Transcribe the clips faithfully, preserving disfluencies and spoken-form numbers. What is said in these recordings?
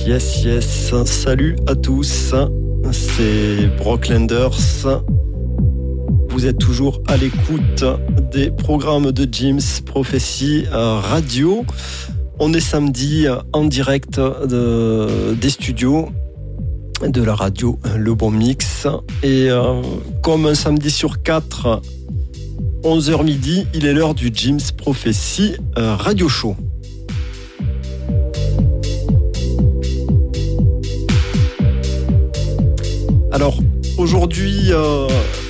yes, yes. Salut à tous, c'est Brocklanders. Vous êtes toujours à l'écoute des programmes de Jim's Prophecy Radio. On est samedi en direct de, des studios de la radio Le Bon Mix. Et euh, comme un samedi sur quatre, onze heures midi, il est l'heure du Jim's Prophecy Radio Show. Alors, aujourd'hui, euh,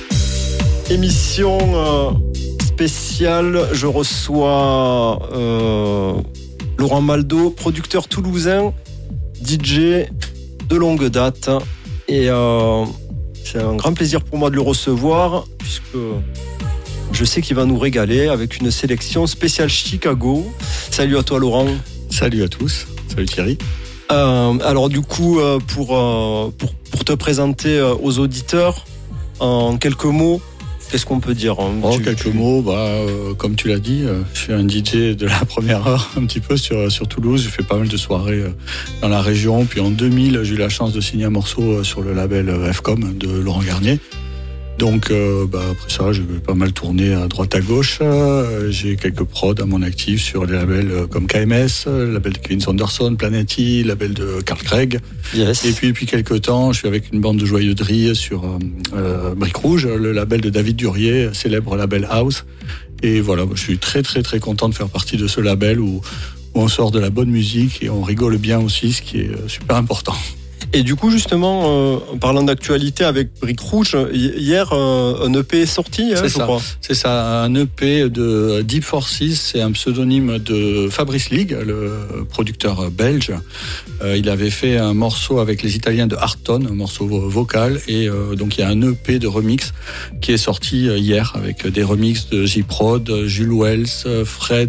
émission euh, spéciale, je reçois euh, Laurent Maldo, producteur toulousain, D J de longue date. Et euh, c'est un grand plaisir pour moi de le recevoir, puisque je sais qu'il va nous régaler avec une sélection spéciale Chicago. Salut à toi Laurent. Salut à tous, salut Thierry. Euh, alors du coup, euh, pour, euh, pour, pour te présenter euh, aux auditeurs, en quelques mots, qu'est-ce qu'on peut dire hein, En tu, quelques tu... mots, bah, euh, comme tu l'as dit, euh, je suis un D J de la première heure un petit peu sur, sur Toulouse. J'ai fait pas mal de soirées euh, dans la région. Puis en deux mille, j'ai eu la chance de signer un morceau euh, sur le label euh, F C O M de Laurent Garnier. Donc euh, bah, après ça, j'ai pas mal tourné à droite à gauche. Euh, j'ai quelques prods à mon actif sur des labels euh, comme K M S, le label de Kevin Saunderson, Planet E, le label de Carl Craig. Yes. Et puis depuis quelques temps, je suis avec une bande de joyeuseries sur euh, euh, Brique Rouge, le label de David Durier, célèbre label House. Et voilà, je suis très très très content de faire partie de ce label où, où on sort de la bonne musique et on rigole bien aussi, ce qui est super important. Et du coup, justement, euh, en parlant d'actualité avec Brique Rouge, hier, euh, un E P est sorti, hein, c'est je ça. crois. C'est ça, un E P de Deep Forces, c'est un pseudonyme de Fabrice Ligue, le producteur belge. Euh, il avait fait un morceau avec les Italiens de Harton, un morceau vocal, et euh, donc il y a un E P de remix qui est sorti hier avec des remixes de J-Prod, Jules Wells, Fred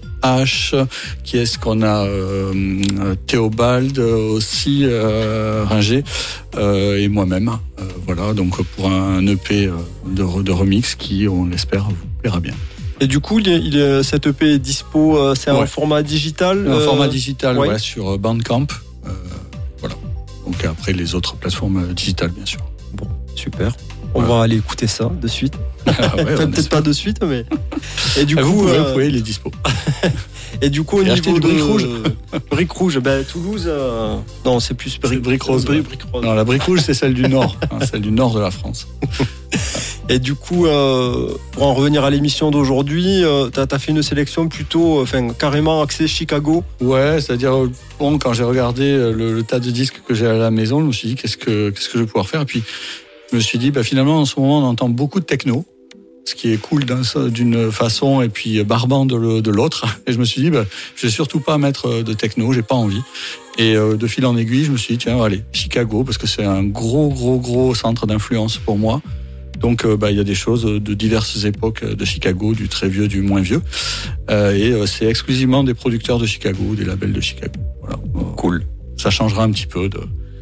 H, qui est-ce qu'on a euh, Théobald aussi, euh, Ringer euh, et moi-même. Euh, voilà, donc pour un E P de, de remix qui, on l'espère, vous plaira bien. Et du coup, il est, il est, cet E P est dispo, c'est un ouais. format digital Un euh... format digital, ouais. Ouais, sur Bandcamp. Euh, voilà. Donc après, les autres plateformes digitales, bien sûr. Bon, super. On ouais. va aller écouter ça de suite. Ah ouais, peut-être pas de suite, mais. Et du ah, coup, vous pouvez, euh... vous pouvez, il est dispo. Et du coup, au et niveau de de Brique Rouge, Brique Rouge, ben Toulouse, euh... non, c'est plus Brique, Brique Rose. Brique, Brique Rose. Non, la Brique Rouge, c'est celle du Nord, hein, celle du Nord de la France. Et du coup, euh, pour en revenir à l'émission d'aujourd'hui, euh, t'as, t'as fait une sélection plutôt, enfin, carrément axée Chicago. Ouais, c'est-à-dire, bon, quand j'ai regardé le, le tas de disques que j'ai à la maison, je me suis dit, qu'est-ce que, qu'est-ce que je vais pouvoir faire? Et puis, je me suis dit, bah, finalement, en ce moment, on entend beaucoup de techno, ce qui est cool d'un, d'une façon et puis barbant de, de l'autre. Et je me suis dit, bah, je vais surtout pas mettre de techno, j'ai pas envie. Et euh, de fil en aiguille, je me suis dit, tiens, allez, Chicago, parce que c'est un gros, gros, gros centre d'influence pour moi. Donc, euh, bah, il y a des choses de diverses époques de Chicago, du très vieux, du moins vieux. Euh, et euh, c'est exclusivement des producteurs de Chicago, des labels de Chicago. Voilà. Cool. Ça changera un petit peu de,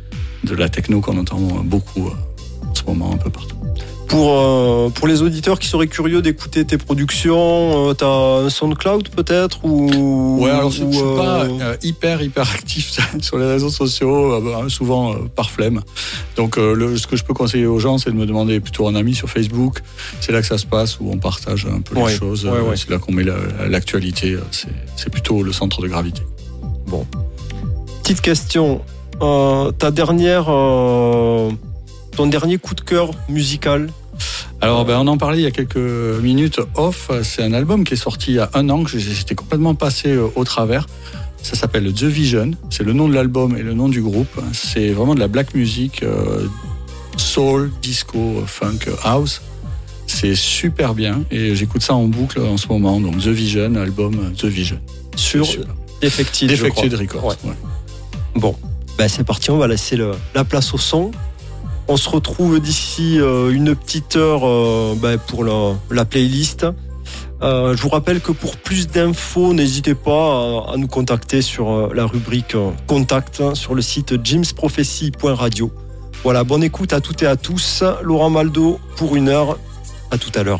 de la techno qu'on entend beaucoup euh, en ce moment un peu partout. Pour, euh, pour les auditeurs qui seraient curieux d'écouter tes productions, euh, t'as un SoundCloud peut-être ou Ouais, alors je, ou, je suis euh... pas euh, hyper hyper actif sur les réseaux sociaux, euh, souvent euh, par flemme. Donc euh, le, ce que je peux conseiller aux gens, c'est de me demander plutôt un ami sur Facebook. C'est là que ça se passe, où on partage un peu ouais, les choses. Ouais, euh, ouais. C'est là qu'on met la, l'actualité. C'est, c'est plutôt le centre de gravité. Bon. Petite question. Euh, ta dernière, euh, ton dernier coup de cœur musical? Alors, ben, on en parlait il y a quelques minutes off. C'est un album qui est sorti il y a un an, que j'étais complètement passé au travers. Ça s'appelle The Vision. C'est le nom de l'album et le nom du groupe. C'est vraiment de la black music, euh, soul, disco, funk, house. C'est super bien et j'écoute ça en boucle en ce moment. Donc, The Vision, album The Vision. Sur Defected, Defected Records. Ouais. Ouais. Bon, ben, c'est parti, on va laisser le, la place au son. On se retrouve d'ici euh, une petite heure euh, bah, pour la, la playlist. Euh, je vous rappelle que pour plus d'infos, n'hésitez pas à, à nous contacter sur euh, la rubrique euh, Contact hein, sur le site jims prophecy point radio. Voilà, bonne écoute à toutes et à tous. Laurent Maldo pour une heure. À tout à l'heure.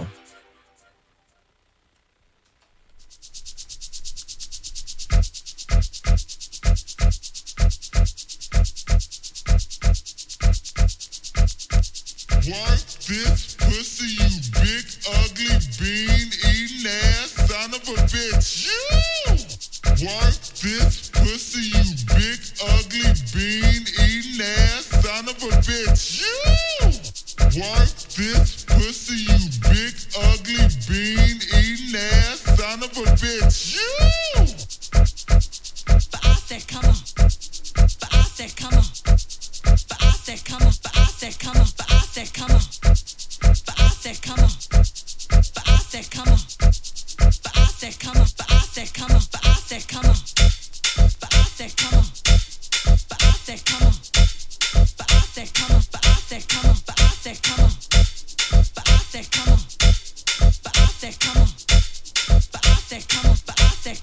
Work this pussy, you big ugly bean eating ass son of a bitch. You work this pussy, you big ugly bean eating ass son of a bitch. You work this pussy, you big ugly bean eating ass son of a bitch. You. But I said come on. But I said come on. But I said come on. But I said come on. But I said come on. But I said come on. But I said come on. But I said come on. But I said come on. But I said come on. But I said come on. But I said come on. But I said come on. But I said come on. But I said come on. But I said come on. But I said come on. But I said come on. But I said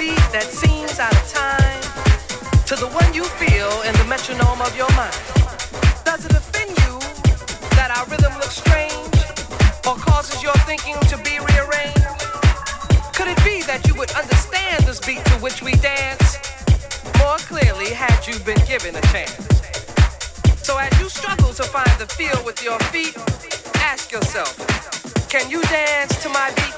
beat that seems out of time to the one you feel in the metronome of your mind? Does it offend you that our rhythm looks strange or causes your thinking to be rearranged? Could it be that you would understand this beat to which we dance more clearly had you been given a chance? So as you struggle to find the feel with your feet, ask yourself, can you dance to my beat?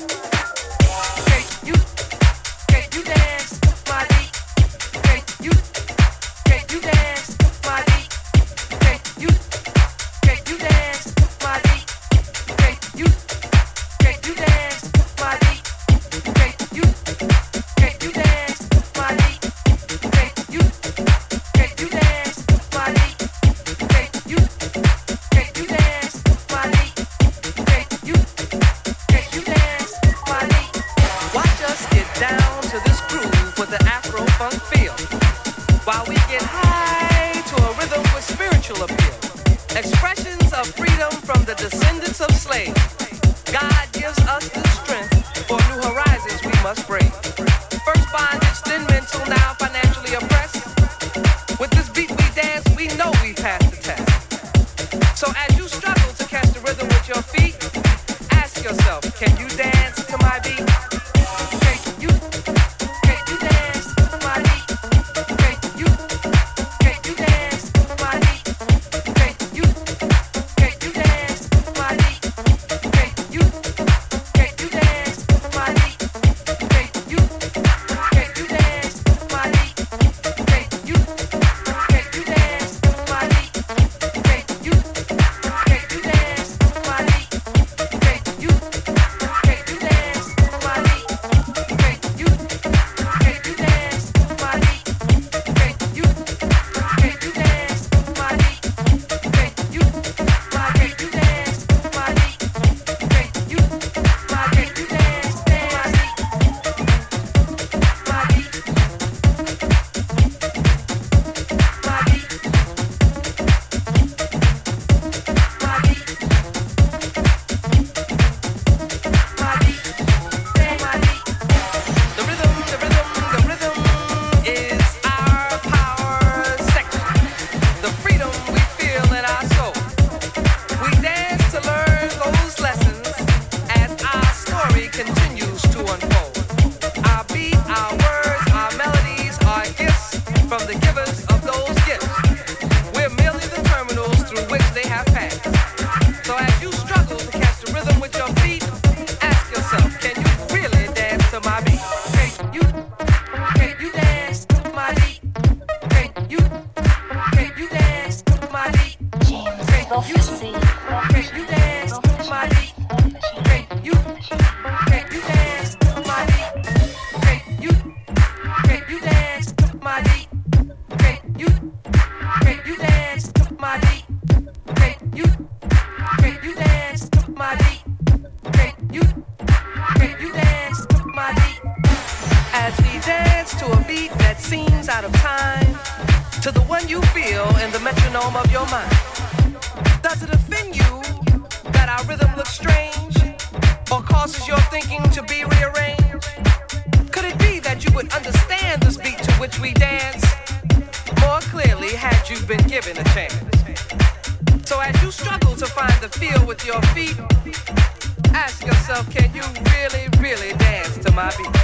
Can you, can you dance to my beat? Can you, can you dance to my beat? Can you, can you dance to my beat? Can you, can you dance to my beat? Can you, can you dance to my beat? Can you, can you dance to my beat? Can you, can you dance to my beat? Can you, can you dance to my beat? Watch us get down to this groove with the Afro funk feel, while we get high to a rhythm with spiritual appeal. Expressions of freedom from the descendants of slaves. God gives us the strength for new horizons we must brave. First bondage, then mental, now financially oppressed. With this beat we dance, we know we passed the test. So as you struggle to catch the rhythm with your feet, ask yourself, can you dance to my beat? Can you, can you dance to my beat? Can you, can you dance to my beat? Can you, can you dance to my beat? Can you, can you dance to my beat? Can you, can you dance to my beat? Can you, can you dance to my beat? Can you, can you dance to my beat? Can you, can you dance to my beat? Can you, can you dance to my beat? Can you, can you dance to my beat? Can you, can you dance to my beat? Can you, can you dance to my beat? Can you, can you dance to my beat? My beat, my beat, my beat, my beat, my beat. The rhythm, the rhythm, the rhythm is our power section. The freedom we feel in our soul. We dance to learn those lessons as our story continues to unfold. Our beat, our words, our melodies are gifts from the givers of those gifts. We're merely the terminals through which they have passed. So as you struggle to catch the rhythm with your feet, ask yourself, can you really dance to my beat? Can you, can you dance to my beat? Can you, can you dance to my beat? Can you, can you dance to my beat? Can you, can you dance to my beat? Can you, can you dance to my beat? Can you, can you dance to my beat? Can you, can you dance to my beat? Can you, can you dance to my beat? As we dance to a beat that seems out of time to the one you feel in the metronome of your mind. Does it offend you that our rhythm looks strange or causes your thinking to be rearranged? Could it be that you would understand this beat to which we dance more clearly had you been given a chance? So as you struggle to find the feel with your feet, ask yourself, can you really, really dance to my beat?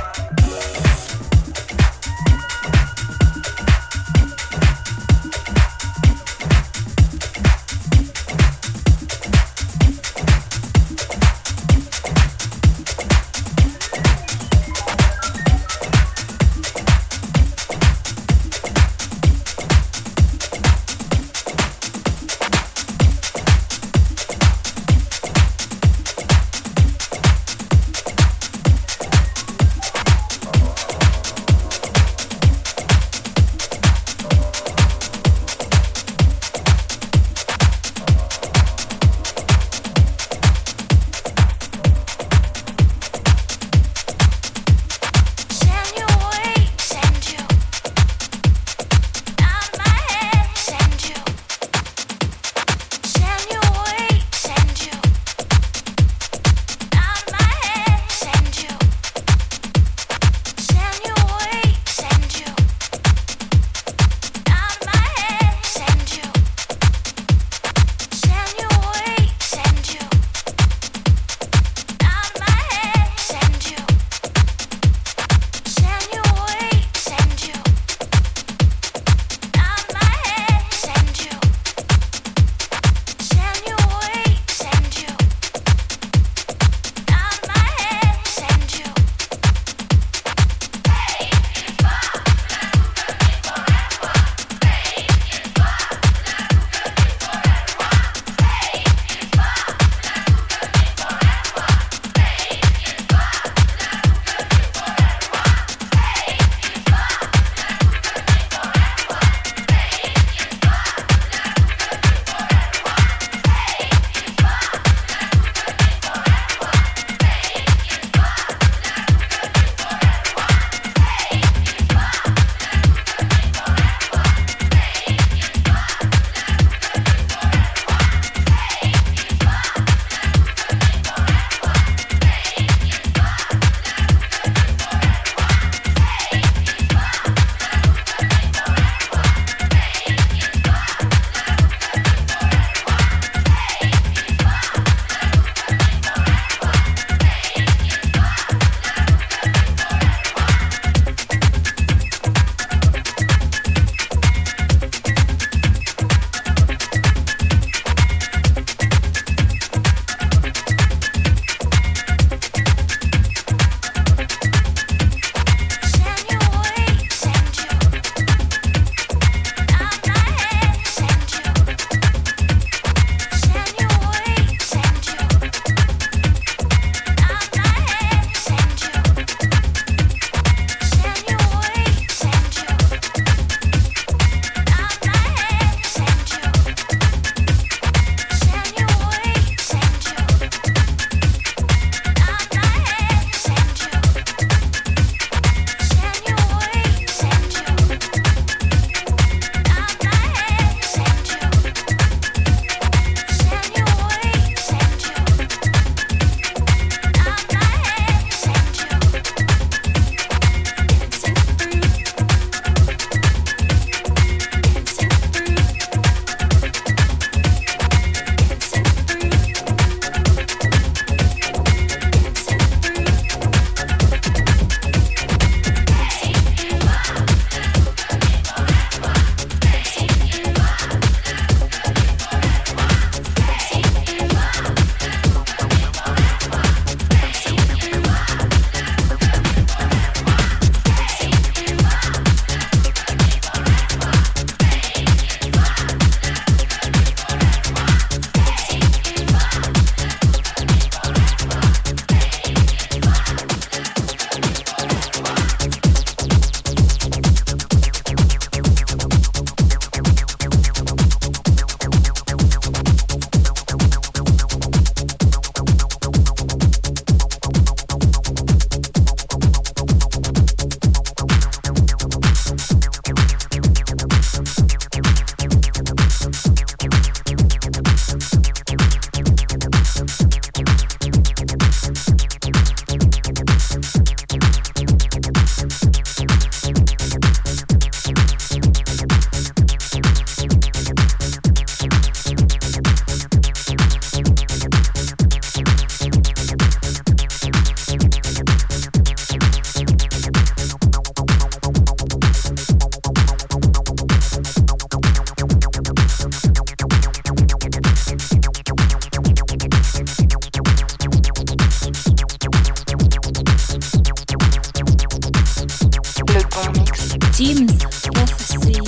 Jim's Prophecy.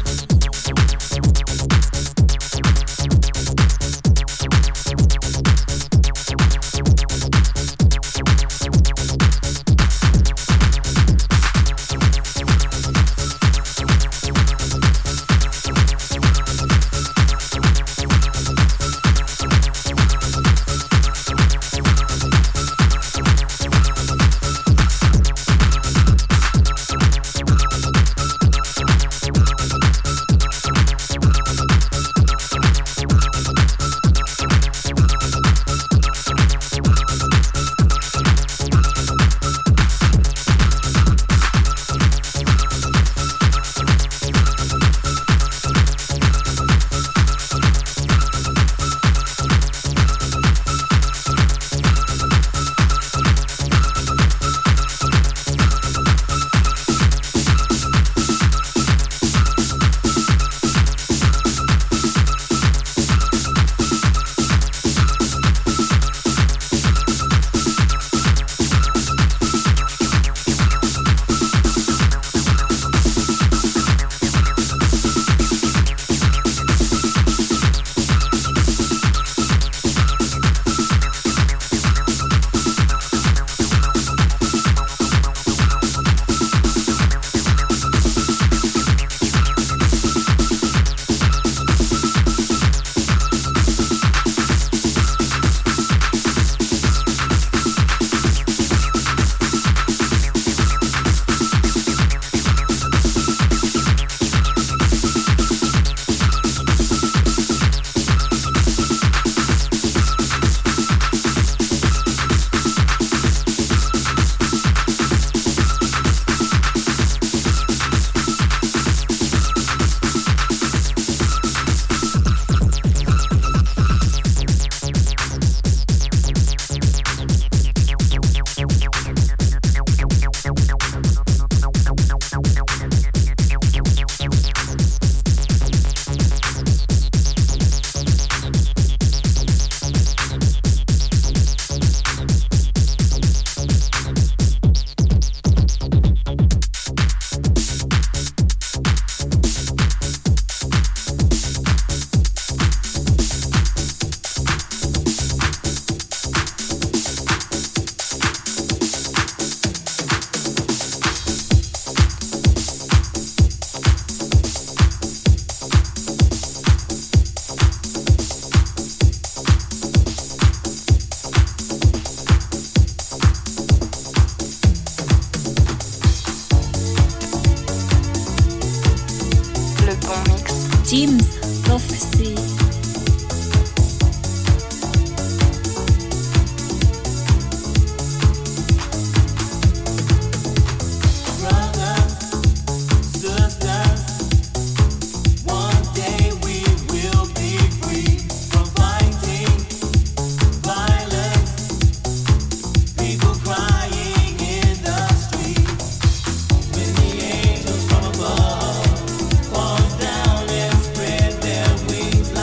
Jim's Prophecy. Wings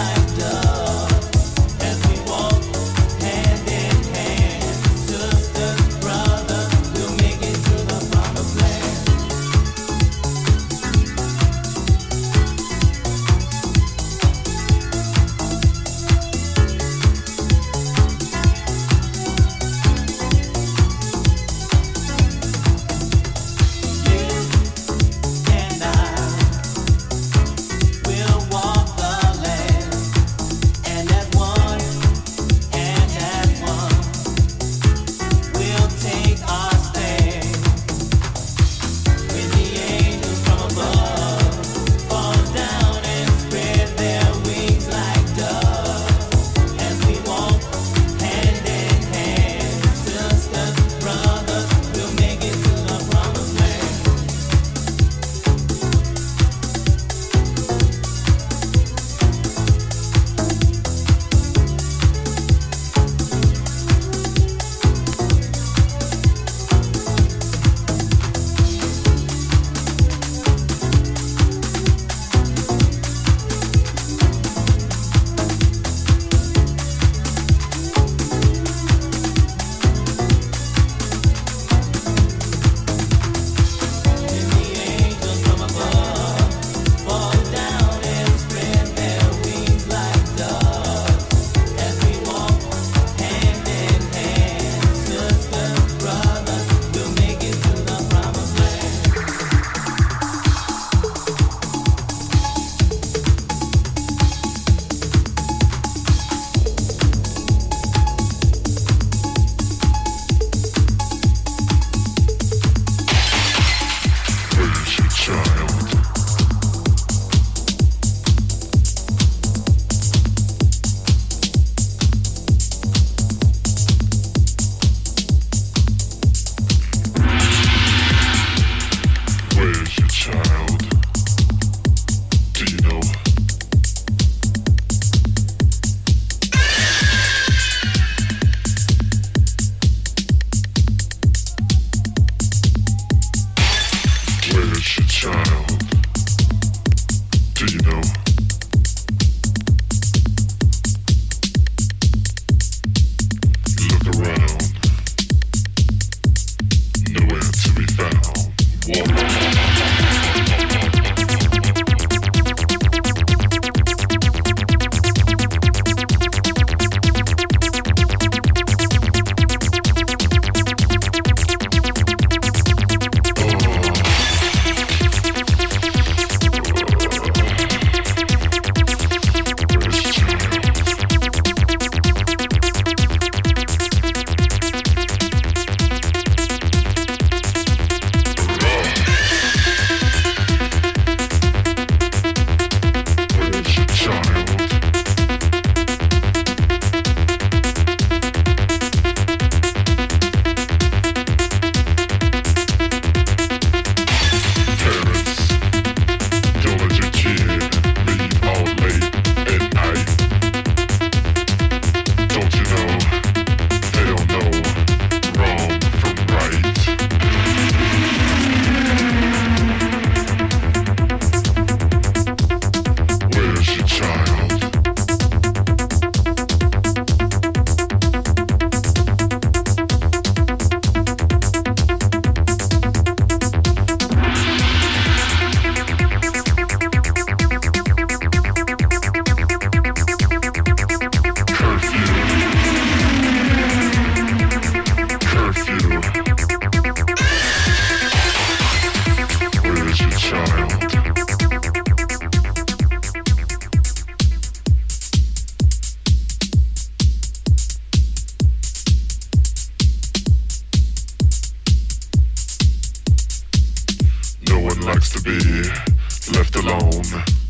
likes to be left alone.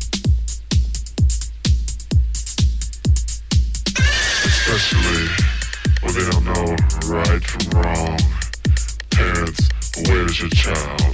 Especially when they don't know right from wrong. Parents, where's your child?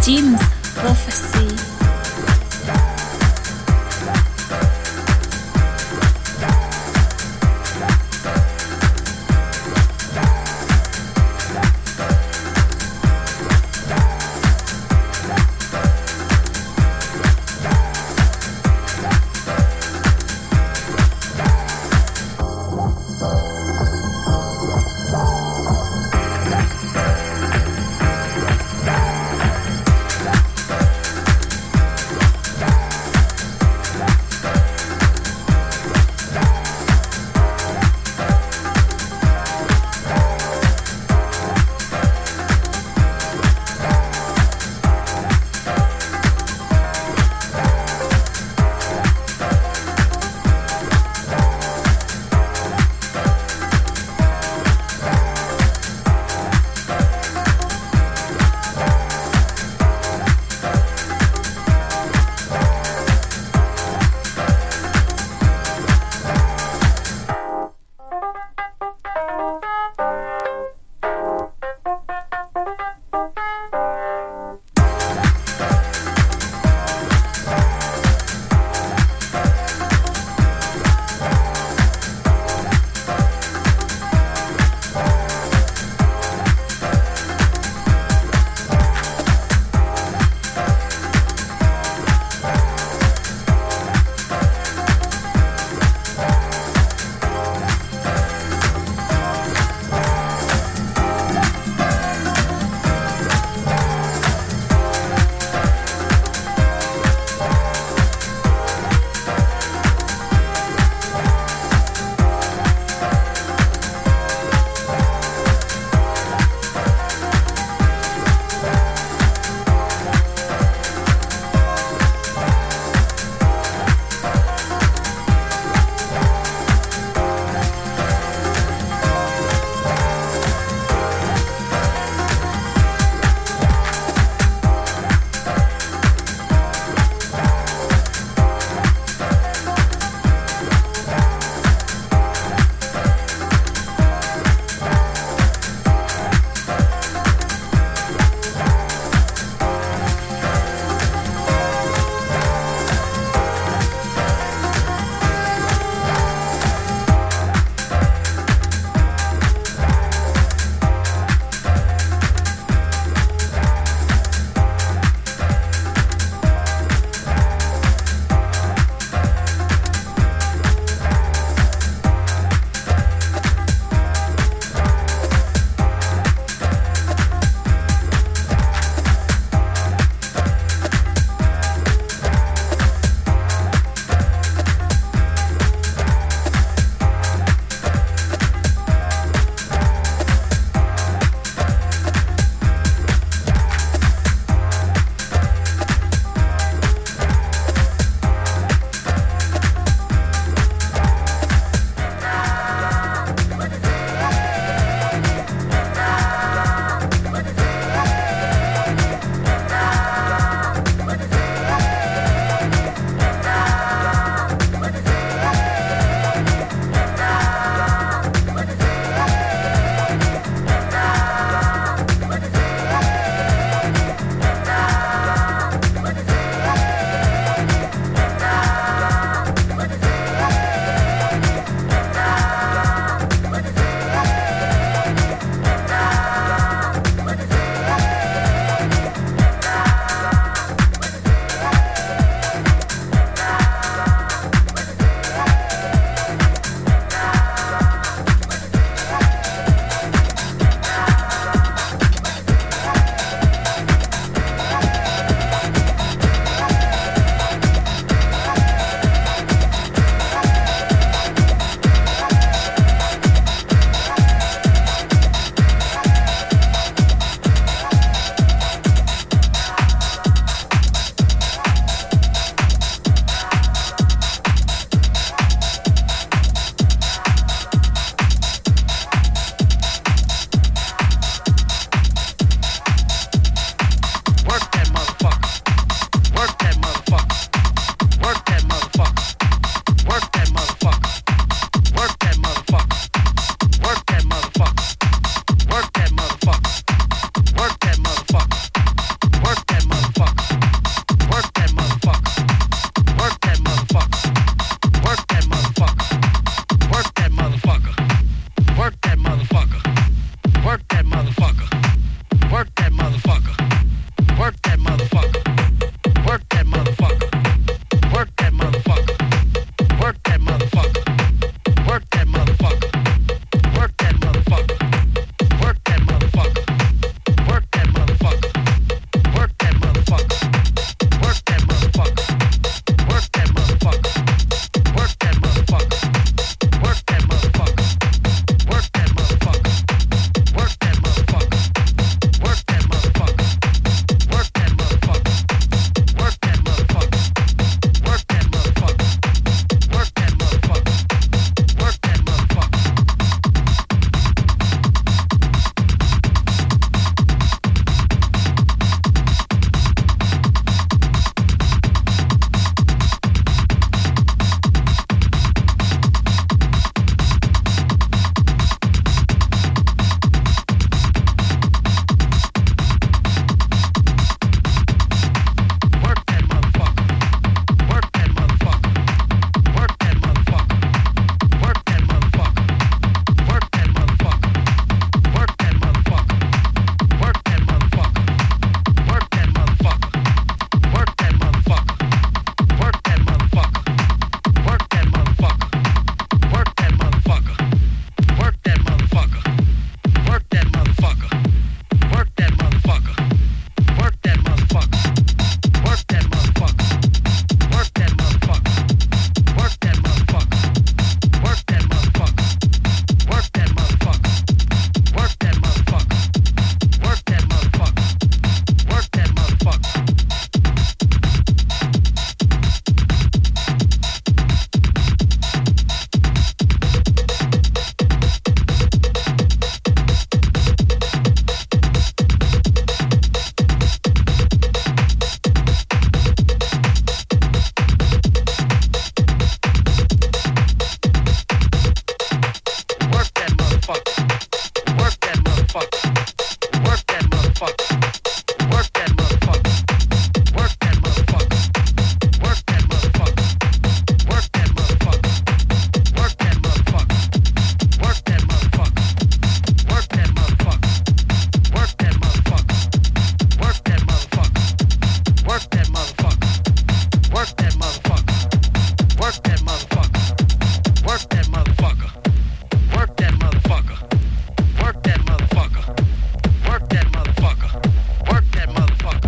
Jim's Prophecy. that motherfucker. Work that motherfucker. Work that motherfucker. Work that motherfucker. Work that motherfucker. Work that motherfucker. Work that motherfucker. Work that motherfucker.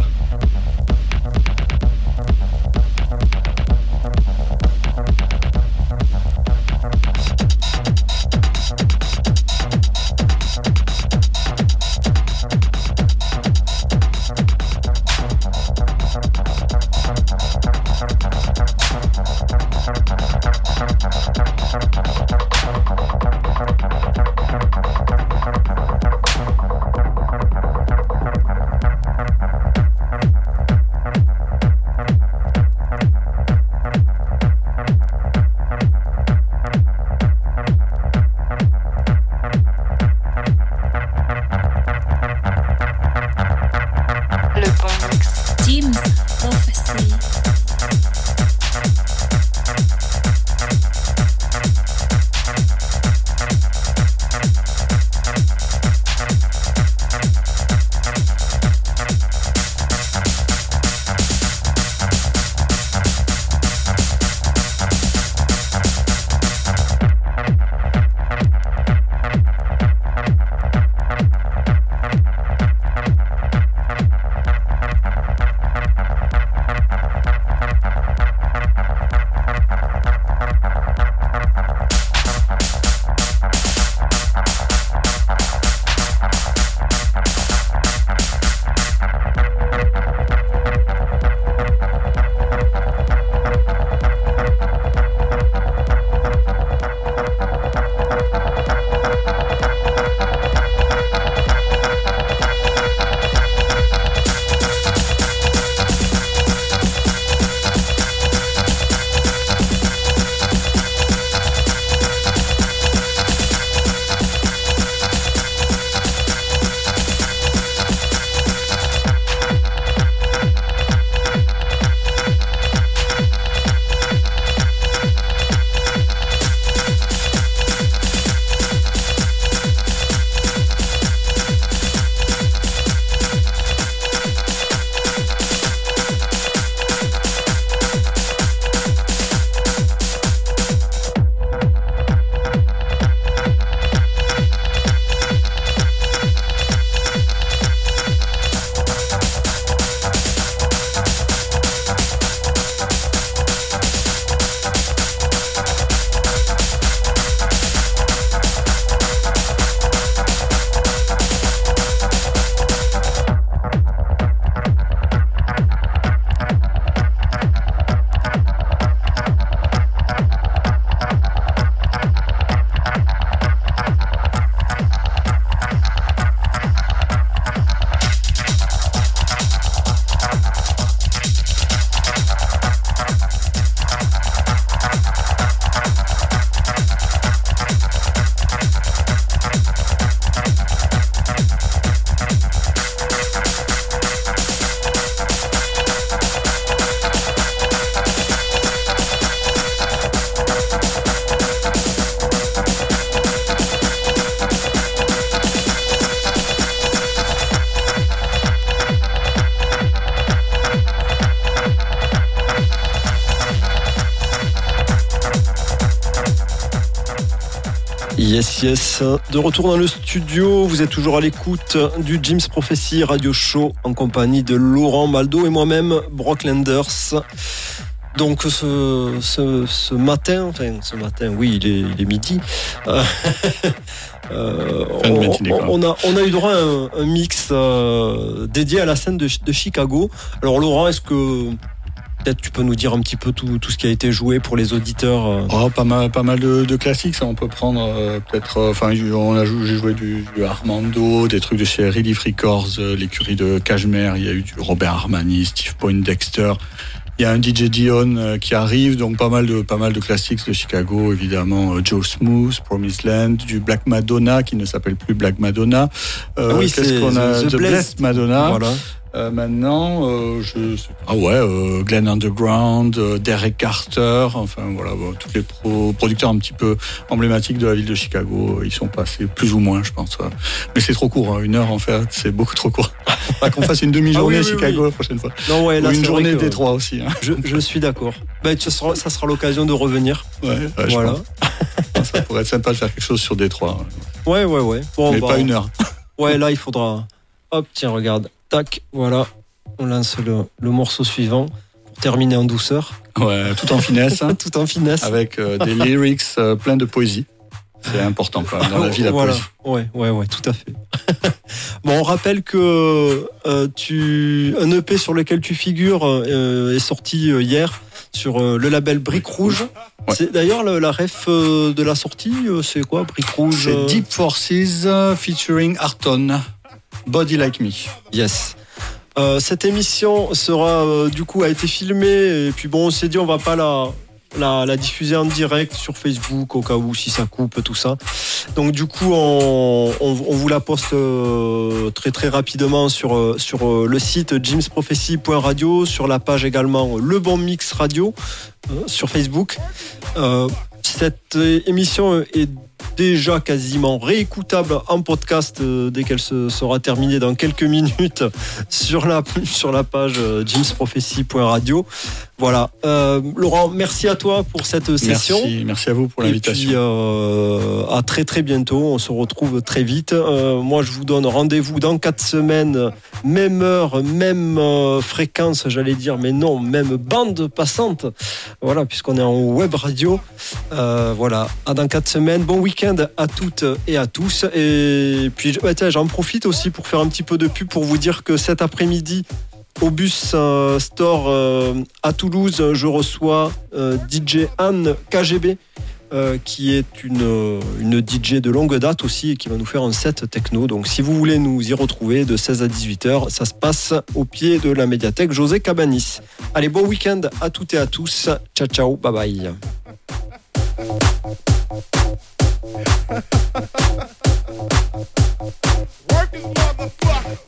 Yes, yes. De retour dans le studio, vous êtes toujours à l'écoute du Jim's Prophecy Radio Show en compagnie de Laurent Baldo et moi-même, Brock Lenders. Donc ce, ce, ce matin, enfin ce matin, oui, il est, il est midi. Euh, euh, on, on, a, on a eu droit à un, un mix euh, dédié à la scène de, de Chicago. Alors Laurent, est-ce que peut-être tu peux nous dire un petit peu tout, tout ce qui a été joué pour les auditeurs? Oh, pas mal, pas mal de, de classiques. Ça, on peut prendre euh, peut-être. Enfin, euh, on a joué, j'ai joué du, du Armando, des trucs de chez Relief Records, euh, l'écurie de Cashmere. Il y a eu du Robert Armani, Steve Poindexter. Il y a un D J Dion euh, qui arrive, donc pas mal de pas mal de classiques de Chicago, évidemment. Euh, Joe Smooth, Promised Land, du Black Madonna qui ne s'appelle plus Black Madonna. Euh, ah oui, qu'est-ce qu'on a? The, The Blessed, Blessed Madonna. Voilà. Euh, maintenant, euh, je sais pas. Ah ouais, euh, Glenn Underground, euh, Derek Carter, enfin voilà, bon, tous les pro- producteurs un petit peu emblématiques de la ville de Chicago, ils sont passés plus ou moins, je pense. Ouais. Mais c'est trop court, hein. Une heure en fait, c'est beaucoup trop court. Faudra qu'on fasse une demi-journée Ah oui, à oui, Chicago oui. la prochaine fois. Non, ouais, là, Ou une c'est journée vrai que Détroit aussi. Hein. Je, je suis d'accord. Ben, ça sera, ça sera l'occasion de revenir. Ouais, ouais, je Voilà. pense. Ça pourrait être sympa de faire quelque chose sur Détroit. Ouais, Ouais. ouais, ouais. Bon, Mais bah, pas une heure. Ouais, là, il faudra. Hop, tiens, regarde. Tac, voilà. On lance le, le morceau suivant pour terminer en douceur. Ouais, tout en finesse. Hein, Tout en finesse. avec euh, des lyrics euh, pleins de poésie. C'est important quand même dans la vie, la voilà. poésie. Ouais, ouais, ouais, tout à fait. Bon, on rappelle que euh, tu, un E P sur lequel tu figures euh, est sorti euh, hier sur euh, le label Brique Rouge. Ouais. C'est d'ailleurs la, la ref euh, de la sortie, euh, c'est quoi, Brique Rouge C'est euh, Deep Forces euh, featuring Arton, Body Like Me. Yes. Euh, cette émission sera euh, du coup a été filmée et puis bon, on s'est dit on va pas la La, la diffuser en direct sur Facebook au cas où si ça coupe tout ça. Donc du coup on, on, on vous la poste euh, très très rapidement sur, euh, sur euh, le site james prophecy point radio, sur la page également Le Bon Mix Radio euh, sur Facebook. Euh, cette émission est déjà quasiment réécoutable en podcast euh, dès qu'elle se sera terminée dans quelques minutes sur la, sur la page euh, james prophecy point radio. Voilà. Euh, Laurent, merci à toi pour cette session. Merci, merci à vous pour Et l'invitation. puis euh, à très très bientôt. On se retrouve très vite. Euh, moi, je vous donne rendez-vous dans quatre semaines, même heure, même euh, fréquence, j'allais dire, mais non, même bande passante. Voilà, puisqu'on est en web radio. Euh, voilà. À dans quatre semaines. Bon week-end à toutes et à tous. Et puis, bah, tiens, j'en profite aussi pour faire un petit peu de pub pour vous dire que cet après-midi, au Bus euh, Store euh, à Toulouse, je reçois euh, D J Anne K G B, euh, qui est une, une D J de longue date aussi et qui va nous faire un set techno. Donc si vous voulez nous y retrouver de seize à dix-huit heures, ça se passe au pied de la médiathèque José Cabanis. Allez, bon week-end à toutes et à tous. Ciao, ciao, bye bye. Work this motherfucker.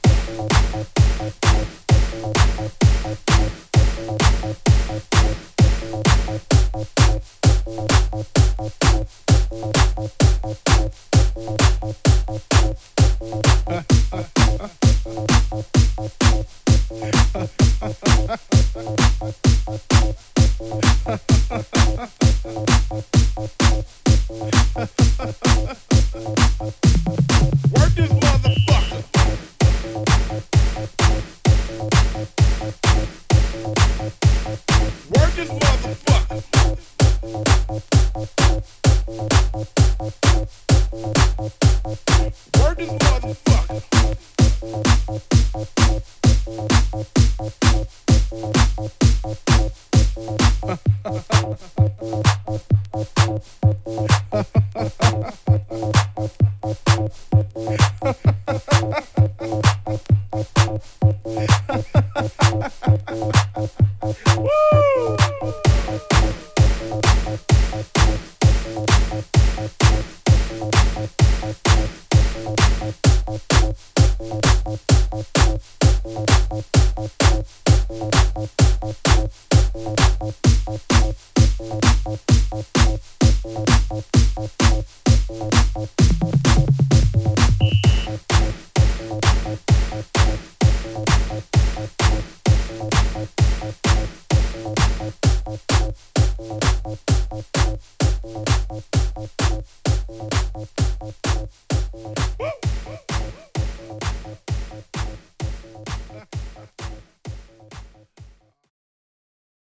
Work this motherfucker. Work this motherfucker. Work this motherfucker. Woo!